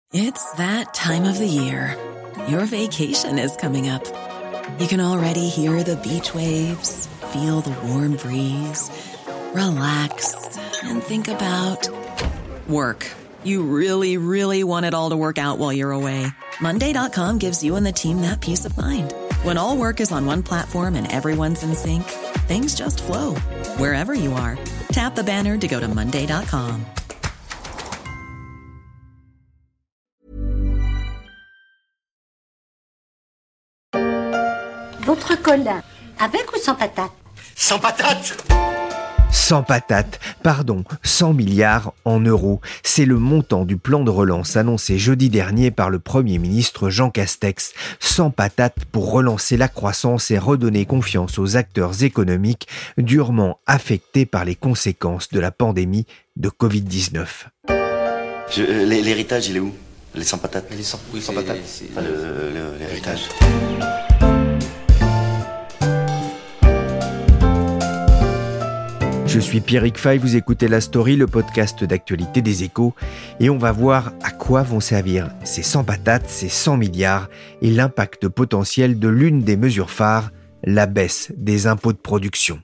It's that time of the year. Your vacation is coming up. You can already hear the beach waves, feel the warm breeze, relax, and think about work. You really, really want it all to work out while you're away. Monday.com gives you and the team that peace of mind. When all work is on one platform and everyone's in sync, things just flow. Wherever you are, tap the banner to go to Monday.com. Votre cola, avec ou sans patate? Sans patate! Sans patate, pardon, 100 milliards en euros. C'est le montant du plan de relance annoncé jeudi dernier par le Premier ministre Jean Castex. Sans patate pour relancer la croissance et redonner confiance aux acteurs économiques durement affectés par les conséquences de la pandémie de Covid-19. L'héritage, il est où? Les sans patates? Oui, sans patates. Enfin, l'héritage. Je suis Pierrick Fay, vous écoutez La Story, le podcast d'actualité des Échos, et on va voir à quoi vont servir ces 100 patates, ces 100 milliards, et l'impact potentiel de l'une des mesures phares, la baisse des impôts de production.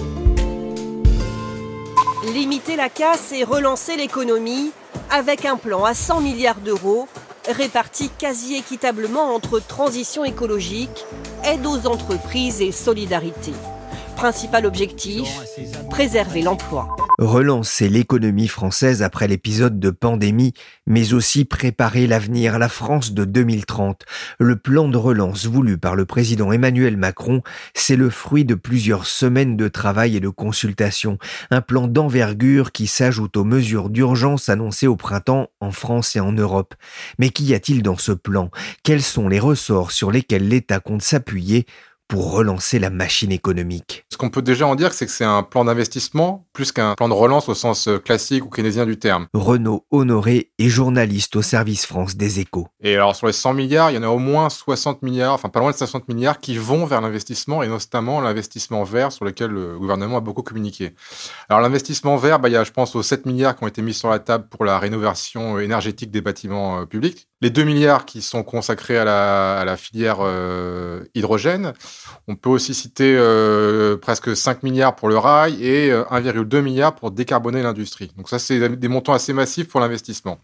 Limiter la casse et relancer l'économie avec un plan à 100 milliards d'euros, réparti quasi équitablement entre transition écologique, aide aux entreprises et solidarité. Principal objectif, préserver l'emploi. Relancer l'économie française après l'épisode de pandémie, mais aussi préparer l'avenir, la France de 2030. Le plan de relance voulu par le président Emmanuel Macron, c'est le fruit de plusieurs semaines de travail et de consultation. Un plan d'envergure qui s'ajoute aux mesures d'urgence annoncées au printemps en France et en Europe. Mais qu'y a-t-il dans ce plan? Quels sont les ressorts sur lesquels l'État compte s'appuyer pour relancer la machine économique? Ce qu'on peut déjà en dire, c'est que c'est un plan d'investissement plus qu'un plan de relance au sens classique ou keynésien du terme. Renaud Honoré est journaliste au service France des Échos. Et alors sur les 100 milliards, il y en a au moins 60 milliards, enfin pas loin de 60 milliards qui vont vers l'investissement et notamment l'investissement vert sur lequel le gouvernement a beaucoup communiqué. Alors l'investissement vert, il y a je pense aux 7 milliards qui ont été mis sur la table pour la rénovation énergétique des bâtiments publics. Les 2 milliards qui sont consacrés à la filière hydrogène. On peut aussi citer presque 5 milliards pour le rail et 1,2 milliard pour décarboner l'industrie. Donc ça, c'est des montants assez massifs pour l'investissement.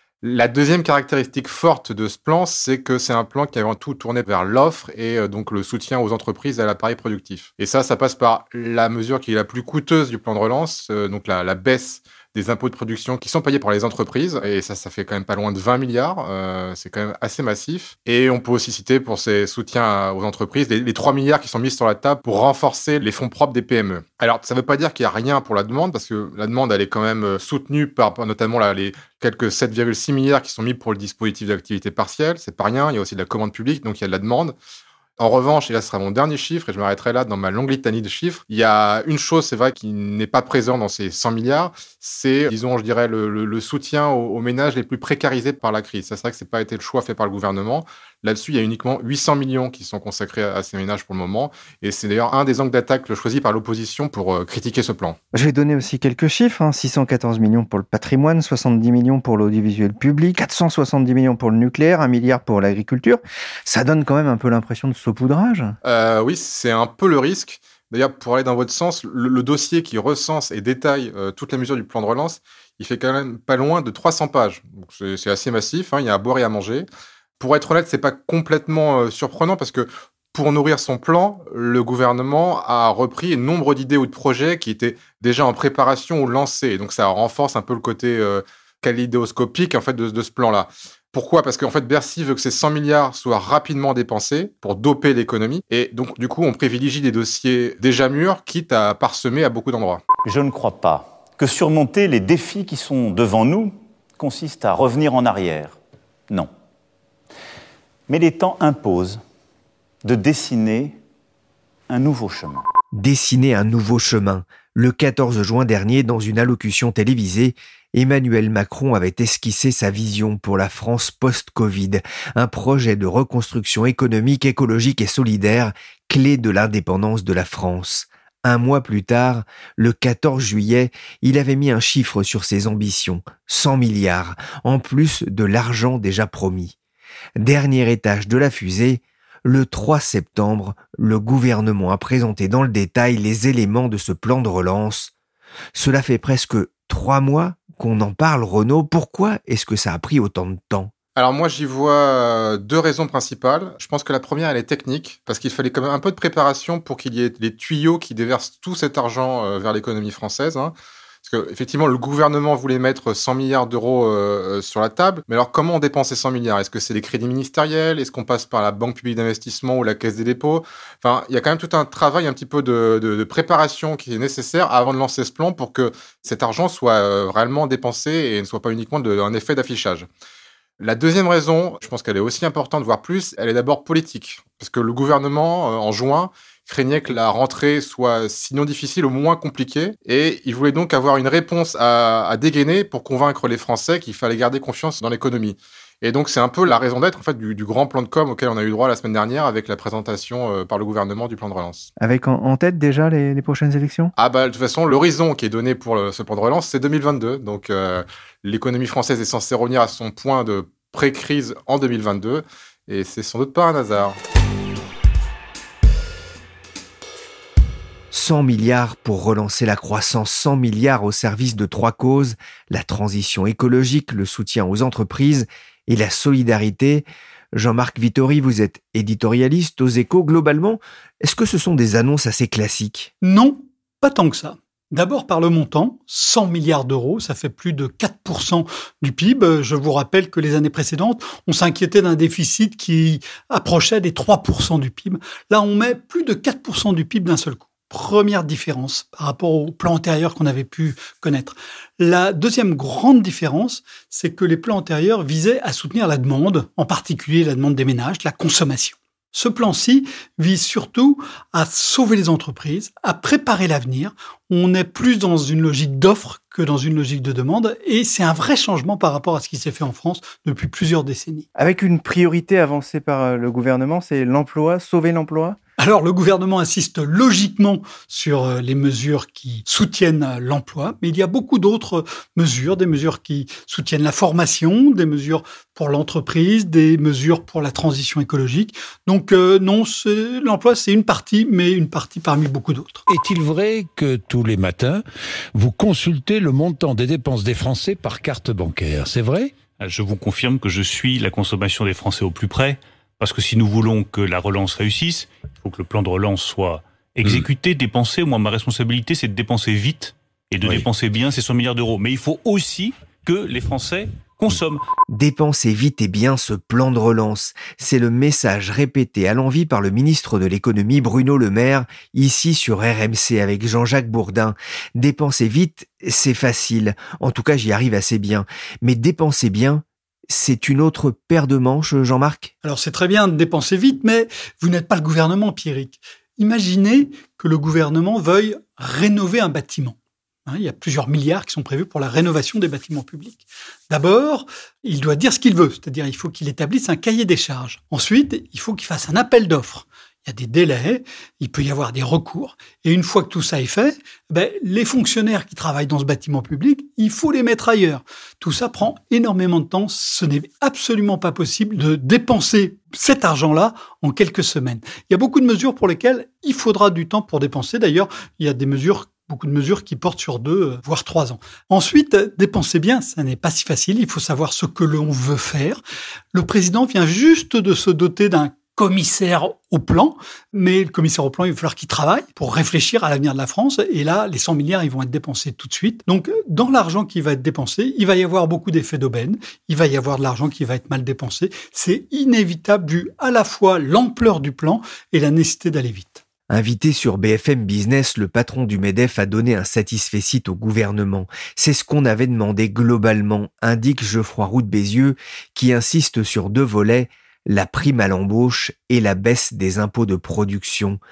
La deuxième caractéristique forte de ce plan, c'est que c'est un plan qui est avant tout tourné vers l'offre et donc le soutien aux entreprises et à l'appareil productif. Et ça passe par la mesure qui est la plus coûteuse du plan de relance, donc la baisse des impôts de production qui sont payés par les entreprises. Et ça fait quand même pas loin de 20 milliards. C'est quand même assez massif. Et on peut aussi citer pour ces soutiens aux entreprises les 3 milliards qui sont mis sur la table pour renforcer les fonds propres des PME. Alors, ça ne veut pas dire qu'il n'y a rien pour la demande, parce que la demande, elle est quand même soutenue par notamment les quelques 7,6 milliards qui sont mis pour le dispositif d'activité partielle. C'est pas rien. Il y a aussi de la commande publique, donc il y a de la demande. En revanche, et là ce sera mon dernier chiffre, et je m'arrêterai là dans ma longue litanie de chiffres, il y a une chose, c'est vrai, qui n'est pas présente dans ces 100 milliards, c'est, disons, je dirais, le soutien aux ménages les plus précarisés par la crise. Ça, c'est vrai que c'est pas été le choix fait par le gouvernement. Là-dessus, il y a uniquement 800 millions qui sont consacrés à ces ménages pour le moment, et c'est d'ailleurs un des angles d'attaque choisi par l'opposition pour critiquer ce plan. Je vais donner aussi quelques chiffres, 614 millions pour le patrimoine, 70 millions pour l'audiovisuel public, 470 millions pour le nucléaire, 1 milliard pour l'agriculture. Ça donne quand même un peu l'impression de saupoudrage. Oui, c'est un peu le risque. D'ailleurs, pour aller dans votre sens, le dossier qui recense et détaille toutes les mesures du plan de relance, il fait quand même pas loin de 300 pages. Donc c'est assez massif, il y a à boire et à manger. Pour être honnête, c'est pas complètement surprenant parce que pour nourrir son plan, le gouvernement a repris nombre d'idées ou de projets qui étaient déjà en préparation ou lancés. Donc ça renforce un peu le côté kaléidoscopique en fait de ce plan-là. Pourquoi ? Parce qu'en fait, Bercy veut que ces 100 milliards soient rapidement dépensés pour doper l'économie. Et donc, du coup, on privilégie des dossiers déjà mûrs, quitte à parsemer à beaucoup d'endroits. Je ne crois pas que surmonter les défis qui sont devant nous consiste à revenir en arrière. Non. Mais les temps imposent de dessiner un nouveau chemin. Dessiner un nouveau chemin. Le 14 juin dernier, dans une allocution télévisée, Emmanuel Macron avait esquissé sa vision pour la France post-Covid, un projet de reconstruction économique, écologique et solidaire, clé de l'indépendance de la France. Un mois plus tard, le 14 juillet, il avait mis un chiffre sur ses ambitions, 100 milliards, en plus de l'argent déjà promis. Dernier étage de la fusée, le 3 septembre, le gouvernement a présenté dans le détail les éléments de ce plan de relance. Cela fait presque 3 mois qu'on en parle, Renaud. Pourquoi est-ce que ça a pris autant de temps ? Alors moi, j'y vois 2 raisons principales. Je pense que la première, elle est technique, parce qu'il fallait quand même un peu de préparation pour qu'il y ait les tuyaux qui déversent tout cet argent vers l'économie française. Parce que effectivement, le gouvernement voulait mettre 100 milliards d'euros sur la table. Mais alors, comment on dépense ces 100 milliards ? Est-ce que c'est des crédits ministériels ? Est-ce qu'on passe par la Banque publique d'investissement ou la Caisse des dépôts ? Enfin, il y a quand même tout un travail un petit peu de préparation qui est nécessaire avant de lancer ce plan pour que cet argent soit réellement dépensé et ne soit pas uniquement un effet d'affichage. La deuxième raison, je pense qu'elle est aussi importante, voire plus, elle est d'abord politique. Parce que le gouvernement, en juin, craignait que la rentrée soit sinon difficile, au moins compliquée. Et il voulait donc avoir une réponse à dégainer pour convaincre les Français qu'il fallait garder confiance dans l'économie. Et donc, c'est un peu la raison d'être en fait, du grand plan de com auquel on a eu droit la semaine dernière avec la présentation par le gouvernement du plan de relance. Avec en tête déjà les prochaines élections ? De toute façon, l'horizon qui est donné pour ce plan de relance, c'est 2022. Donc, l'économie française est censée revenir à son point de pré-crise en 2022. Et c'est sans doute pas un hasard. 100 milliards pour relancer la croissance, 100 milliards au service de 3 causes, la transition écologique, le soutien aux entreprises et la solidarité. Jean-Marc Vittori, vous êtes éditorialiste aux Échos. Globalement, est-ce que ce sont des annonces assez classiques ? Non, pas tant que ça. D'abord par le montant, 100 milliards d'euros, ça fait plus de 4% du PIB. Je vous rappelle que les années précédentes, on s'inquiétait d'un déficit qui approchait des 3% du PIB. Là, on met plus de 4% du PIB d'un seul coup. Première différence par rapport au plan antérieur qu'on avait pu connaître. La deuxième grande différence, c'est que les plans antérieurs visaient à soutenir la demande, en particulier la demande des ménages, la consommation. Ce plan-ci vise surtout à sauver les entreprises, à préparer l'avenir. On est plus dans une logique d'offre que dans une logique de demande et c'est un vrai changement par rapport à ce qui s'est fait en France depuis plusieurs décennies. Avec une priorité avancée par le gouvernement, c'est l'emploi, sauver l'emploi ? Alors, le gouvernement insiste logiquement sur les mesures qui soutiennent l'emploi, mais il y a beaucoup d'autres mesures, des mesures qui soutiennent la formation, des mesures pour l'entreprise, des mesures pour la transition écologique. Donc non, l'emploi, c'est une partie, mais une partie parmi beaucoup d'autres. Est-il vrai que tous les matins, vous consultez le montant des dépenses des Français par carte bancaire ? C'est vrai ? Je vous confirme que je suis la consommation des Français au plus près. Parce que si nous voulons que la relance réussisse, il faut que le plan de relance soit exécuté, dépensé. Moi, ma responsabilité, c'est de dépenser vite et de dépenser bien ces 100 milliards d'euros. Mais il faut aussi que les Français consomment. Dépenser vite et bien ce plan de relance. C'est le message répété à l'envi par le ministre de l'économie Bruno Le Maire, ici sur RMC avec Jean-Jacques Bourdin. Dépenser vite, c'est facile. En tout cas, j'y arrive assez bien. Mais dépenser bien, c'est une autre paire de manches, Jean-Marc ? Alors c'est très bien de dépenser vite, mais vous n'êtes pas le gouvernement, Pierrick. Imaginez que le gouvernement veuille rénover un bâtiment. Il y a plusieurs milliards qui sont prévus pour la rénovation des bâtiments publics. D'abord, il doit dire ce qu'il veut, c'est-à-dire il faut qu'il établisse un cahier des charges. Ensuite, il faut qu'il fasse un appel d'offres. Il y a des délais, il peut y avoir des recours. Et une fois que tout ça est fait, les fonctionnaires qui travaillent dans ce bâtiment public, il faut les mettre ailleurs. Tout ça prend énormément de temps. Ce n'est absolument pas possible de dépenser cet argent-là en quelques semaines. Il y a beaucoup de mesures pour lesquelles il faudra du temps pour dépenser. D'ailleurs, il y a beaucoup de mesures qui portent sur 2, voire 3 ans. Ensuite, dépenser bien, ça n'est pas si facile. Il faut savoir ce que l'on veut faire. Le président vient juste de se doter d'un commissaire au plan, mais le commissaire au plan, il va falloir qu'il travaille pour réfléchir à l'avenir de la France. Et là, les 100 milliards, ils vont être dépensés tout de suite. Donc, dans l'argent qui va être dépensé, il va y avoir beaucoup d'effets d'aubaine. Il va y avoir de l'argent qui va être mal dépensé. C'est inévitable vu à la fois l'ampleur du plan et la nécessité d'aller vite. Invité sur BFM Business, le patron du MEDEF a donné un satisfecit au gouvernement. C'est ce qu'on avait demandé globalement, indique Geoffroy Roux de Bézieux, qui insiste sur 2 volets, la prime à l'embauche et la baisse des impôts de production.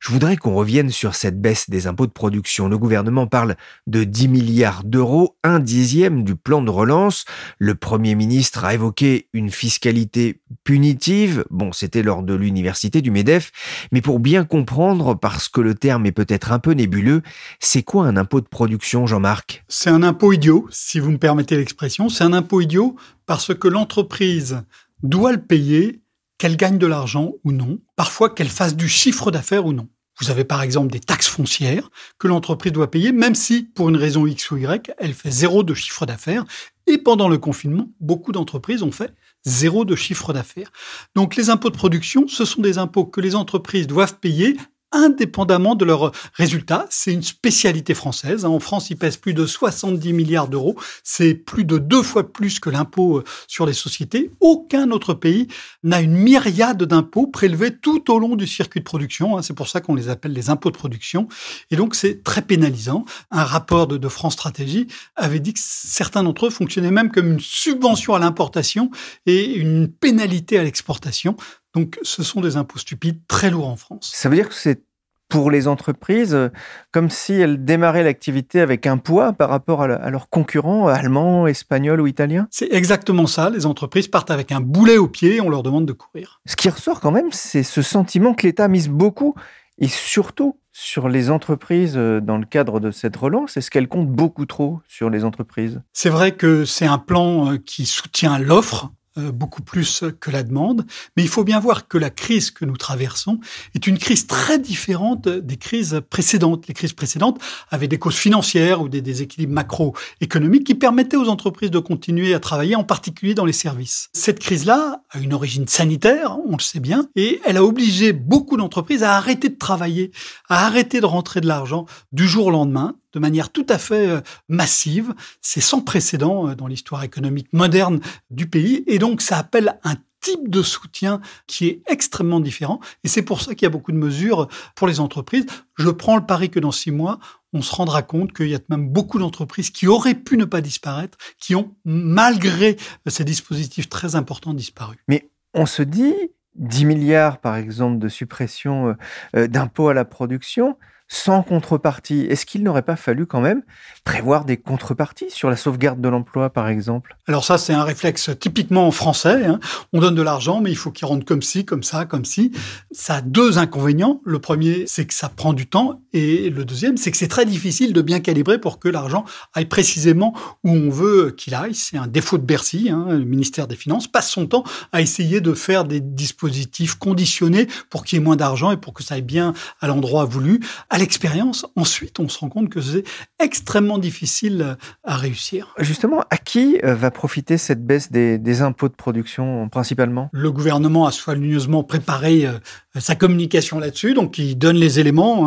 Je voudrais qu'on revienne sur cette baisse des impôts de production. Le gouvernement parle de 10 milliards d'euros, 1/10 du plan de relance. Le Premier ministre a évoqué une fiscalité punitive. Bon, c'était lors de l'université du MEDEF. Mais pour bien comprendre, parce que le terme est peut-être un peu nébuleux, c'est quoi un impôt de production, Jean-Marc ? C'est un impôt idiot, si vous me permettez l'expression. C'est un impôt idiot parce que l'entreprise doit le payer, qu'elle gagne de l'argent ou non, parfois qu'elle fasse du chiffre d'affaires ou non. Vous avez par exemple des taxes foncières que l'entreprise doit payer, même si, pour une raison X ou Y, elle fait 0 de chiffre d'affaires. Et pendant le confinement, beaucoup d'entreprises ont fait 0 de chiffre d'affaires. Donc les impôts de production, ce sont des impôts que les entreprises doivent payer indépendamment de leurs résultats. C'est une spécialité française. En France, il pèse plus de 70 milliards d'euros. C'est plus de 2 fois plus que l'impôt sur les sociétés. Aucun autre pays n'a une myriade d'impôts prélevés tout au long du circuit de production. C'est pour ça qu'on les appelle les impôts de production. Et donc, c'est très pénalisant. Un rapport de France Stratégie avait dit que certains d'entre eux fonctionnaient même comme une subvention à l'importation et une pénalité à l'exportation. Donc, ce sont des impôts stupides très lourds en France. Ça veut dire que c'est pour les entreprises comme si elles démarraient l'activité avec un poids par rapport à leurs concurrents allemands, espagnols ou italiens ? C'est exactement ça. Les entreprises partent avec un boulet au pied et on leur demande de courir. Ce qui ressort quand même, c'est ce sentiment que l'État mise beaucoup et surtout sur les entreprises dans le cadre de cette relance. Est-ce qu'elle compte beaucoup trop sur les entreprises ? C'est vrai que c'est un plan qui soutient l'offre, beaucoup plus que la demande. Mais il faut bien voir que la crise que nous traversons est une crise très différente des crises précédentes. Les crises précédentes avaient des causes financières ou des déséquilibres macroéconomiques qui permettaient aux entreprises de continuer à travailler, en particulier dans les services. Cette crise-là a une origine sanitaire, on le sait bien, et elle a obligé beaucoup d'entreprises à arrêter de travailler, à arrêter de rentrer de l'argent du jour au lendemain, de manière tout à fait massive. C'est sans précédent dans l'histoire économique moderne du pays. Et donc, ça appelle un type de soutien qui est extrêmement différent. Et c'est pour ça qu'il y a beaucoup de mesures pour les entreprises. Je prends le pari que dans 6 mois, on se rendra compte qu'il y a même beaucoup d'entreprises qui auraient pu ne pas disparaître, qui ont, malgré ces dispositifs très importants, disparu. Mais on se dit, 10 milliards, par exemple, de suppression d'impôts à la production, sans contrepartie. Est-ce qu'il n'aurait pas fallu quand même prévoir des contreparties sur la sauvegarde de l'emploi, par exemple ? Alors ça, c'est un réflexe typiquement français. On donne de l'argent, mais il faut qu'il rentre comme ci, comme ça, comme ci. Ça a 2 inconvénients. Le premier, c'est que ça prend du temps. Et le deuxième, c'est que c'est très difficile de bien calibrer pour que l'argent aille précisément où on veut qu'il aille. C'est un défaut de Bercy. Le ministère des Finances passe son temps à essayer de faire des dispositifs conditionnés pour qu'il y ait moins d'argent et pour que ça aille bien à l'endroit voulu. À l'expérience, ensuite, on se rend compte que c'est extrêmement difficile à réussir. Justement, à qui va profiter cette baisse des impôts de production principalement ? Le gouvernement a soigneusement préparé sa communication là-dessus, donc il donne les éléments.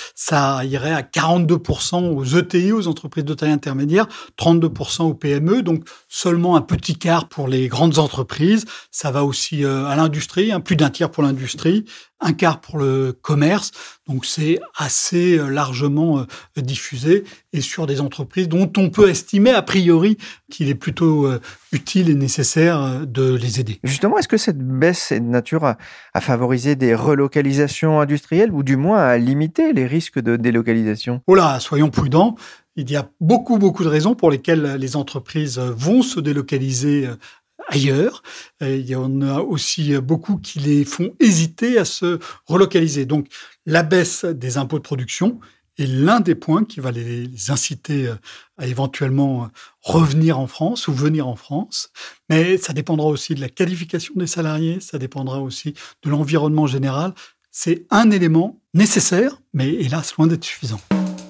Ça irait à 42% aux ETI, aux entreprises de taille intermédiaire, 32% aux PME, donc seulement un petit quart pour les grandes entreprises. Ça va aussi à l'industrie, plus d'un tiers pour l'industrie, un quart pour le commerce. Donc c'est assez largement diffusé et sur des entreprises dont on peut estimer a priori qu'il est plutôt utile et nécessaire de les aider. Justement, est-ce que cette baisse est de nature à favoriser des relocalisations industrielles ou du moins à limiter les risques de délocalisation ? Oh là, soyons prudents. Il y a beaucoup de raisons pour lesquelles les entreprises vont se délocaliser ailleurs. Il y en a aussi beaucoup qui les font hésiter à se relocaliser. Donc, la baisse des impôts de production est l'un des points qui va les inciter à éventuellement revenir en France ou venir en France. Mais ça dépendra aussi de la qualification des salariés, ça dépendra aussi de l'environnement général. C'est un élément nécessaire, mais hélas, loin d'être suffisant.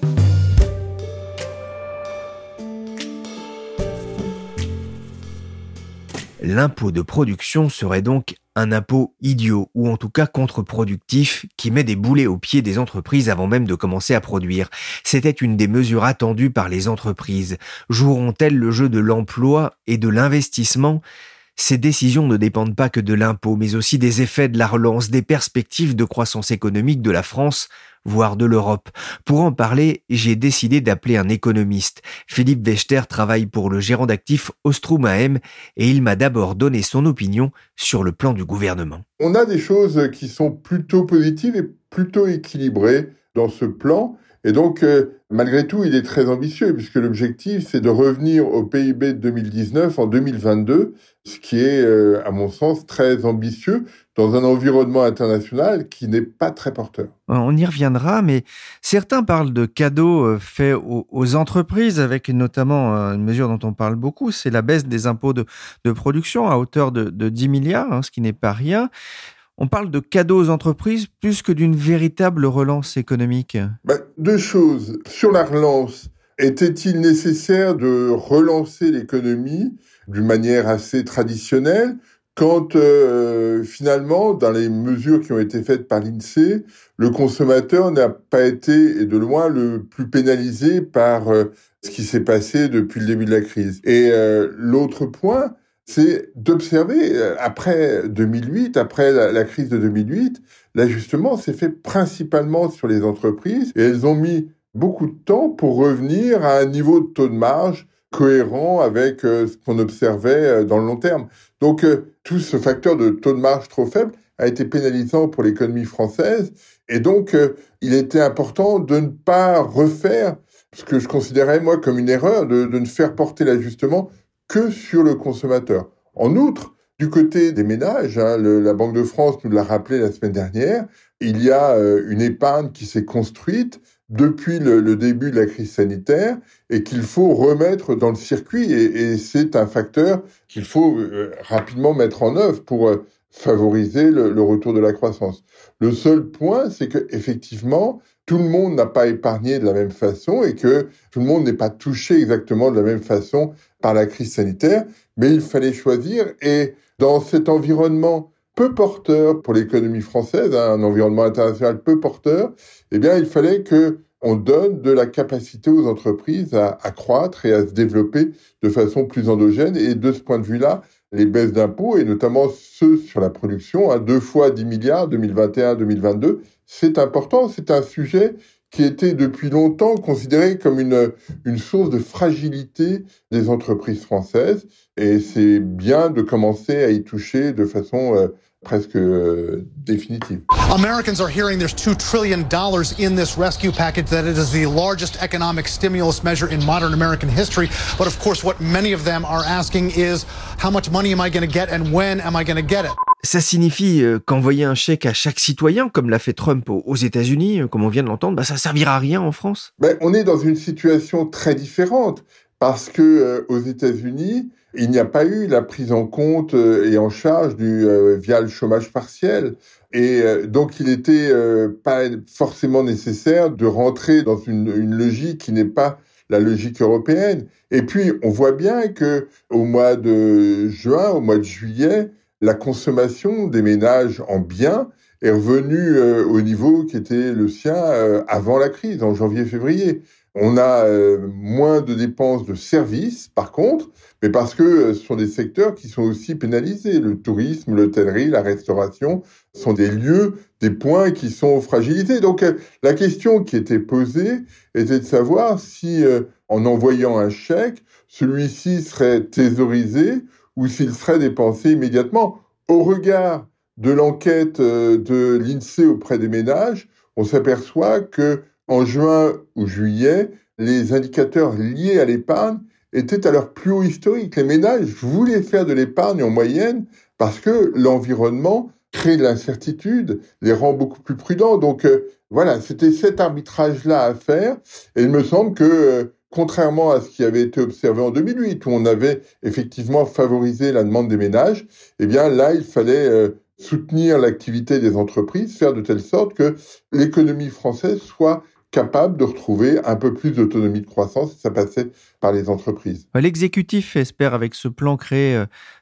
L'impôt de production serait donc un impôt idiot, ou en tout cas contre-productif, qui met des boulets aux pieds des entreprises avant même de commencer à produire. C'était une des mesures attendues par les entreprises. Joueront-elles le jeu de l'emploi et de l'investissement ? Ces décisions ne dépendent pas que de l'impôt, mais aussi des effets de la relance, des perspectives de croissance économique de la France, voire de l'Europe. Pour en parler, j'ai décidé d'appeler un économiste. Philippe Wechter travaille pour le gérant d'actifs Ostrom AM et il m'a d'abord donné son opinion sur le plan du gouvernement. On a des choses qui sont plutôt positives et plutôt équilibrées dans ce plan. Et donc, malgré tout, il est très ambitieux puisque l'objectif, c'est de revenir au PIB de 2019 en 2022, ce qui est, à mon sens, très ambitieux dans un environnement international qui n'est pas très porteur. On y reviendra, mais certains parlent de cadeaux faits aux entreprises, avec notamment une mesure dont on parle beaucoup, c'est la baisse des impôts de production à hauteur de 10 milliards, ce qui n'est pas rien. On parle de cadeaux aux entreprises plus que d'une véritable relance économique. Deux choses. Sur la relance, était-il nécessaire de relancer l'économie d'une manière assez traditionnelle quand finalement, dans les mesures qui ont été faites par l'INSEE, le consommateur n'a pas été, et de loin, le plus pénalisé par ce qui s'est passé depuis le début de la crise. Et l'autre point, c'est d'observer, après 2008, après la crise de 2008, l'ajustement s'est fait principalement sur les entreprises et elles ont mis beaucoup de temps pour revenir à un niveau de taux de marge cohérent avec ce qu'on observait dans le long terme. Donc, tout ce facteur de taux de marge trop faible a été pénalisant pour l'économie française et donc, il était important de ne pas refaire ce que je considérais, moi, comme une erreur, de ne faire porter l'ajustement que sur le consommateur. En outre, du côté des ménages, la Banque de France nous l'a rappelé la semaine dernière, il y a une épargne qui s'est construite depuis le début de la crise sanitaire et qu'il faut remettre dans le circuit et c'est un facteur qu'il faut rapidement mettre en œuvre pour favoriser le retour de la croissance. Le seul point, c'est que effectivement, tout le monde n'a pas épargné de la même façon et que tout le monde n'est pas touché exactement de la même façon par la crise sanitaire, mais il fallait choisir et dans cet environnement peu porteur pour l'économie française, un environnement international peu porteur, eh bien, il fallait que on donne de la capacité aux entreprises à croître et à se développer de façon plus endogène. Et de ce point de vue-là, les baisses d'impôts, et notamment ceux sur la production, 2 fois 10 milliards, 2021-2022, c'est important. C'est un sujet qui était depuis longtemps considéré comme une source de fragilité des entreprises françaises. Et c'est bien de commencer à y toucher de façon presque définitive. Americans are hearing there's $2 trillion in this rescue package, that it is the largest economic stimulus measure in modern American history. But of course, what many of them are asking is, how much money am I going to get and when am I going to get it? Ça signifie qu'envoyer un chèque à chaque citoyen, comme l'a fait Trump aux États-Unis, comme on vient de l'entendre, ça servira à rien en France? On est dans une situation très différente parce que aux États-Unis, il n'y a pas eu la prise en compte et en charge via le chômage partiel. Et donc, il était pas forcément nécessaire de rentrer dans une logique qui n'est pas la logique européenne. Et puis, on voit bien que au mois de juin, au mois de juillet, la consommation des ménages en biens est revenue au niveau qui était le sien avant la crise, en janvier-février. On a moins de dépenses de services, par contre, mais parce que ce sont des secteurs qui sont aussi pénalisés. Le tourisme, l'hôtellerie, la restauration sont des lieux, des points qui sont fragilisés. Donc, la question qui était posée était de savoir si, en envoyant un chèque, celui-ci serait thésaurisé ou s'il serait dépensé immédiatement. Au regard de l'enquête de l'INSEE auprès des ménages, on s'aperçoit que en juin ou juillet, les indicateurs liés à l'épargne étaient à leur plus haut historique. Les ménages voulaient faire de l'épargne en moyenne parce que l'environnement crée de l'incertitude, les rend beaucoup plus prudents. Donc voilà, c'était cet arbitrage-là à faire. Et il me semble que, contrairement à ce qui avait été observé en 2008, où on avait effectivement favorisé la demande des ménages, eh bien là, il fallait soutenir l'activité des entreprises, faire de telle sorte que l'économie française soit capable de retrouver un peu plus d'autonomie de croissance, et ça passait par les entreprises. L'exécutif espère avec ce plan créer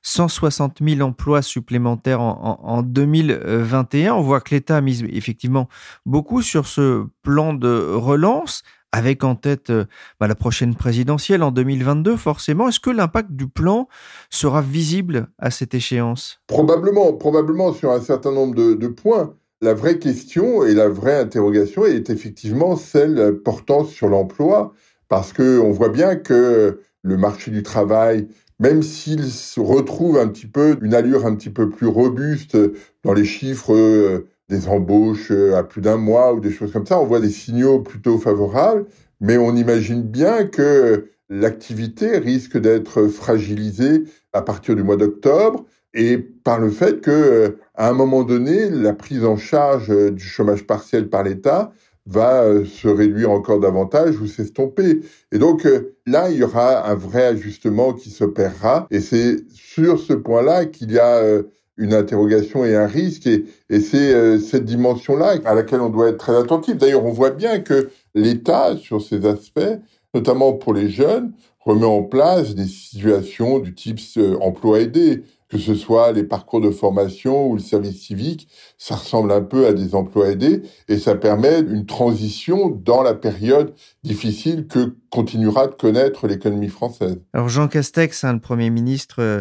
160 000 emplois supplémentaires en 2021. On voit que l'État mise effectivement beaucoup sur ce plan de relance. avec en tête la prochaine présidentielle en 2022, forcément. Est-ce que l'impact du plan sera visible à cette échéance ? Probablement sur un certain nombre de points. La vraie question et la vraie interrogation est effectivement celle portant sur l'emploi, parce qu'on voit bien que le marché du travail, même s'il se retrouve un petit peu une allure un petit peu plus robuste dans les chiffres des embauches à plus d'un mois ou des choses comme ça, on voit des signaux plutôt favorables, mais on imagine bien que l'activité risque d'être fragilisée à partir du mois d'octobre et par le fait que, à un moment donné, la prise en charge du chômage partiel par l'État va se réduire encore davantage ou s'estomper. Et donc là, il y aura un vrai ajustement qui s'opérera. Et c'est sur ce point-là qu'il y a une interrogation et un risque. Et c'est cette dimension-là à laquelle on doit être très attentif. D'ailleurs, on voit bien que l'État, sur ces aspects, notamment pour les jeunes, remet en place des situations du type emploi aidé. Que ce soit les parcours de formation ou le service civique, ça ressemble un peu à des emplois aidés et ça permet une transition dans la période difficile que continuera de connaître l'économie française. Alors Jean Castex, le Premier ministre,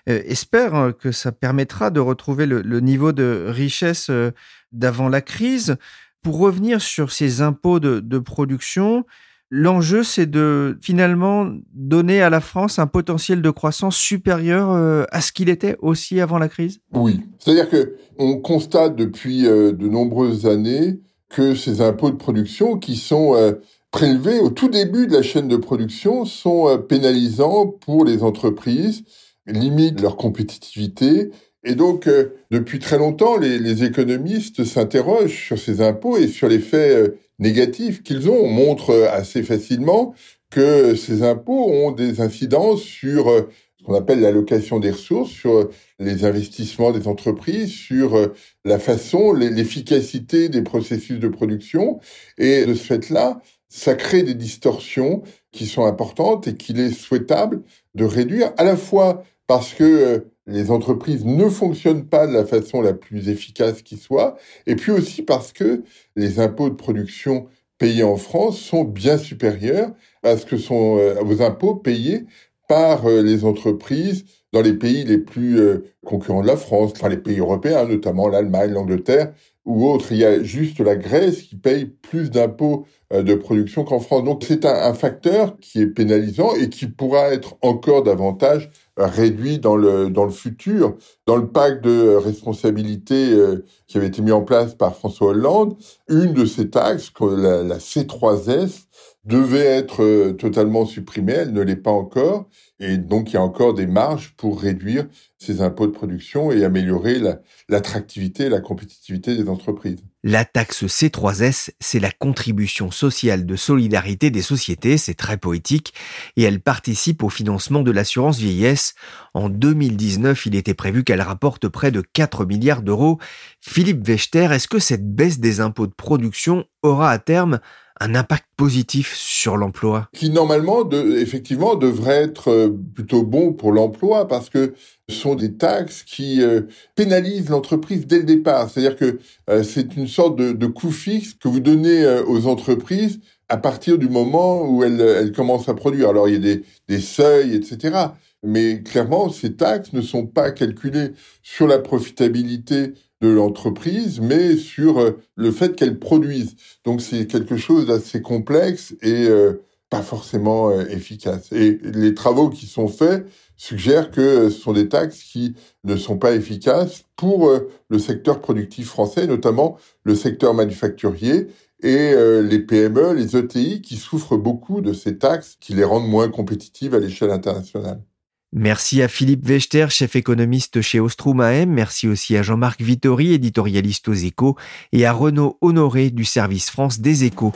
espère que ça permettra de retrouver le niveau de richesse d'avant la crise. Pour revenir sur ces impôts de production, l'enjeu, c'est de finalement donner à la France un potentiel de croissance supérieur à ce qu'il était aussi avant la crise ? Oui, c'est-à-dire que on constate depuis de nombreuses années que ces impôts de production qui sont prélevés au tout début de la chaîne de production sont pénalisants pour les entreprises, limitent leur compétitivité. Et donc, depuis très longtemps, les économistes s'interrogent sur ces impôts et sur l'effet négatifs qu'ils ont. On montre assez facilement que ces impôts ont des incidences sur ce qu'on appelle l'allocation des ressources, sur les investissements des entreprises, sur la façon, l'efficacité des processus de production. Et de ce fait-là, ça crée des distorsions qui sont importantes et qu'il est souhaitable de réduire, à la fois parce que les entreprises ne fonctionnent pas de la façon la plus efficace qui soit, et puis aussi parce que les impôts de production payés en France sont bien supérieurs à ce que sont aux impôts payés par les entreprises dans les pays les plus concurrents de la France, enfin les pays européens, notamment l'Allemagne, l'Angleterre ou autres. Il y a juste la Grèce qui paye plus d'impôts de production qu'en France. Donc c'est un facteur qui est pénalisant et qui pourra être encore davantage réduit dans le futur. Dans le pacte de responsabilité qui avait été mis en place par François Hollande, une de ces taxes, la C3S, devait être totalement supprimée, elle ne l'est pas encore, et donc il y a encore des marges pour réduire ces impôts de production et améliorer l'attractivité et la compétitivité des entreprises. La taxe C3S, c'est la contribution sociale de solidarité des sociétés, c'est très poétique, et elle participe au financement de l'assurance vieillesse. En 2019, il était prévu qu'elle rapporte près de 4 milliards d'euros. Philippe Wechter, est-ce que cette baisse des impôts de production aura à terme un impact positif sur l'emploi ? Qui normalement, effectivement, devrait être plutôt bon pour l'emploi parce que ce sont des taxes qui pénalisent l'entreprise dès le départ. C'est-à-dire que c'est une sorte de coût fixe que vous donnez aux entreprises à partir du moment où elles commencent à produire. Alors, il y a des seuils, etc. Mais clairement, ces taxes ne sont pas calculées sur la profitabilité de l'entreprise, mais sur le fait qu'elle produise. Donc c'est quelque chose d'assez complexe et pas forcément efficace. Et les travaux qui sont faits suggèrent que ce sont des taxes qui ne sont pas efficaces pour le secteur productif français, notamment le secteur manufacturier et les PME, les ETI qui souffrent beaucoup de ces taxes qui les rendent moins compétitives à l'échelle internationale. Merci à Philippe Wechter, chef économiste chez Ostrom AM. Merci aussi à Jean-Marc Vittori, éditorialiste aux Échos, et à Renaud Honoré du service France des Échos.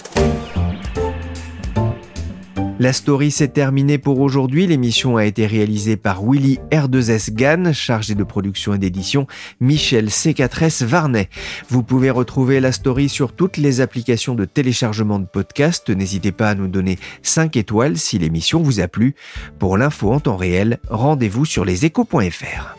La story s'est terminée pour aujourd'hui. L'émission a été réalisée par Willy R2S Gann, chargé de production et d'édition, Michel C4S Varnet. Vous pouvez retrouver la story sur toutes les applications de téléchargement de podcasts. N'hésitez pas à nous donner 5 étoiles si l'émission vous a plu. Pour l'info en temps réel, rendez-vous sur leséchos.fr.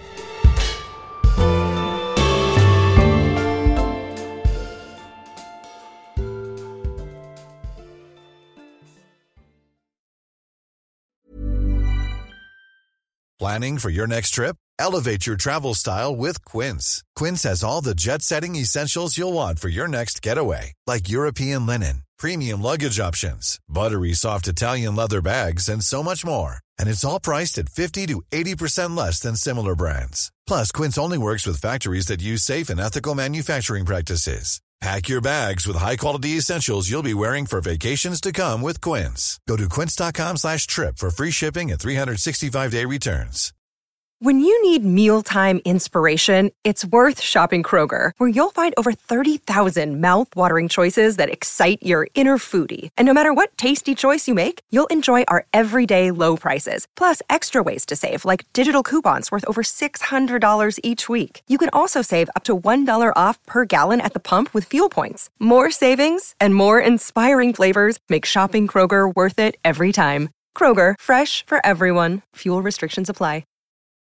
Planning for your next trip? Elevate your travel style with Quince. Quince has all the jet-setting essentials you'll want for your next getaway, like European linen, premium luggage options, buttery soft Italian leather bags, and so much more. And it's all priced at 50 to 80% less than similar brands. Plus, Quince only works with factories that use safe and ethical manufacturing practices. Pack your bags with high-quality essentials you'll be wearing for vacations to come with Quince. Go to quince.com/trip for free shipping and 365-day returns. When you need mealtime inspiration, it's worth shopping Kroger, where you'll find over 30,000 mouth-watering choices that excite your inner foodie. And no matter what tasty choice you make, you'll enjoy our everyday low prices, plus extra ways to save, like digital coupons worth over $600 each week. You can also save up to $1 off per gallon at the pump with fuel points. More savings and more inspiring flavors make shopping Kroger worth it every time. Kroger, fresh for everyone. Fuel restrictions apply.